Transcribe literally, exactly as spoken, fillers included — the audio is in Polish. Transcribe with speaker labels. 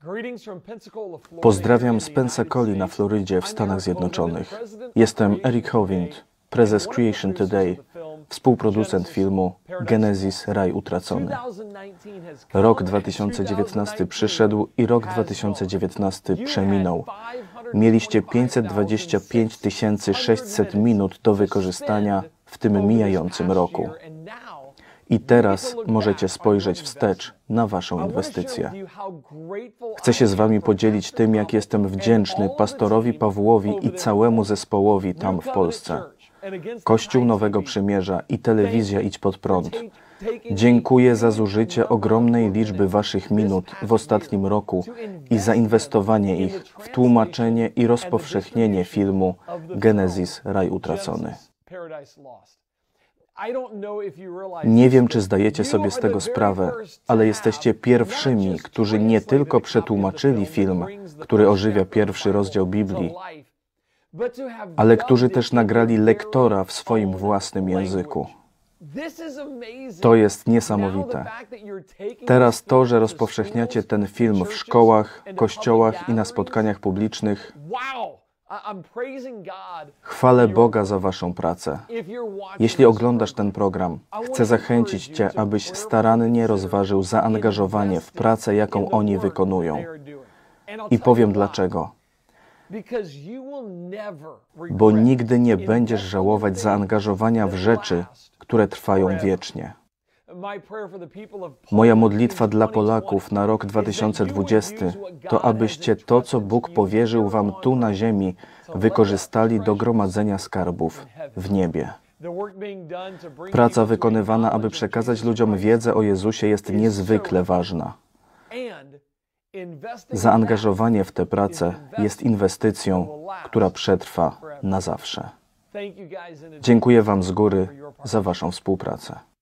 Speaker 1: Pozdrawiam z Pensacoli na Florydzie w Stanach Zjednoczonych. Jestem Eric Hovind, prezes Creation Today, współproducent filmu Genesis – Raj Utracony. Rok dwa tysiące dziewiętnasty przyszedł i rok dwa tysiące dziewiętnasty przeminął. Mieliście pięćset dwadzieścia pięć tysięcy sześćset minut do wykorzystania w tym mijającym roku. I teraz możecie spojrzeć wstecz na waszą inwestycję. Chcę się z wami podzielić tym, jak jestem wdzięczny pastorowi Pawłowi i całemu zespołowi tam w Polsce. Kościół Nowego Przymierza i telewizja Idź Pod Prąd. Dziękuję za zużycie ogromnej liczby waszych minut w ostatnim roku i zainwestowanie ich w tłumaczenie i rozpowszechnienie filmu Genesis – Raj Utracony. Nie wiem, czy zdajecie sobie z tego sprawę, ale jesteście pierwszymi, którzy nie tylko przetłumaczyli film, który ożywia pierwszy rozdział Biblii, ale którzy też nagrali lektora w swoim własnym języku. To jest niesamowite. Teraz to, że rozpowszechniacie ten film w szkołach, kościołach i na spotkaniach publicznych, chwalę Boga za waszą pracę. Jeśli oglądasz ten program, chcę zachęcić cię, abyś starannie rozważył zaangażowanie w pracę, jaką oni wykonują. I powiem dlaczego. Bo nigdy nie będziesz żałować zaangażowania w rzeczy, które trwają wiecznie. Moja modlitwa dla Polaków na rok dwa tysiące dwudziesty to, abyście to, co Bóg powierzył wam tu na ziemi, wykorzystali do gromadzenia skarbów w niebie. Praca wykonywana, aby przekazać ludziom wiedzę o Jezusie, jest niezwykle ważna. Zaangażowanie w tę pracę jest inwestycją, która przetrwa na zawsze. Dziękuję wam z góry za waszą współpracę.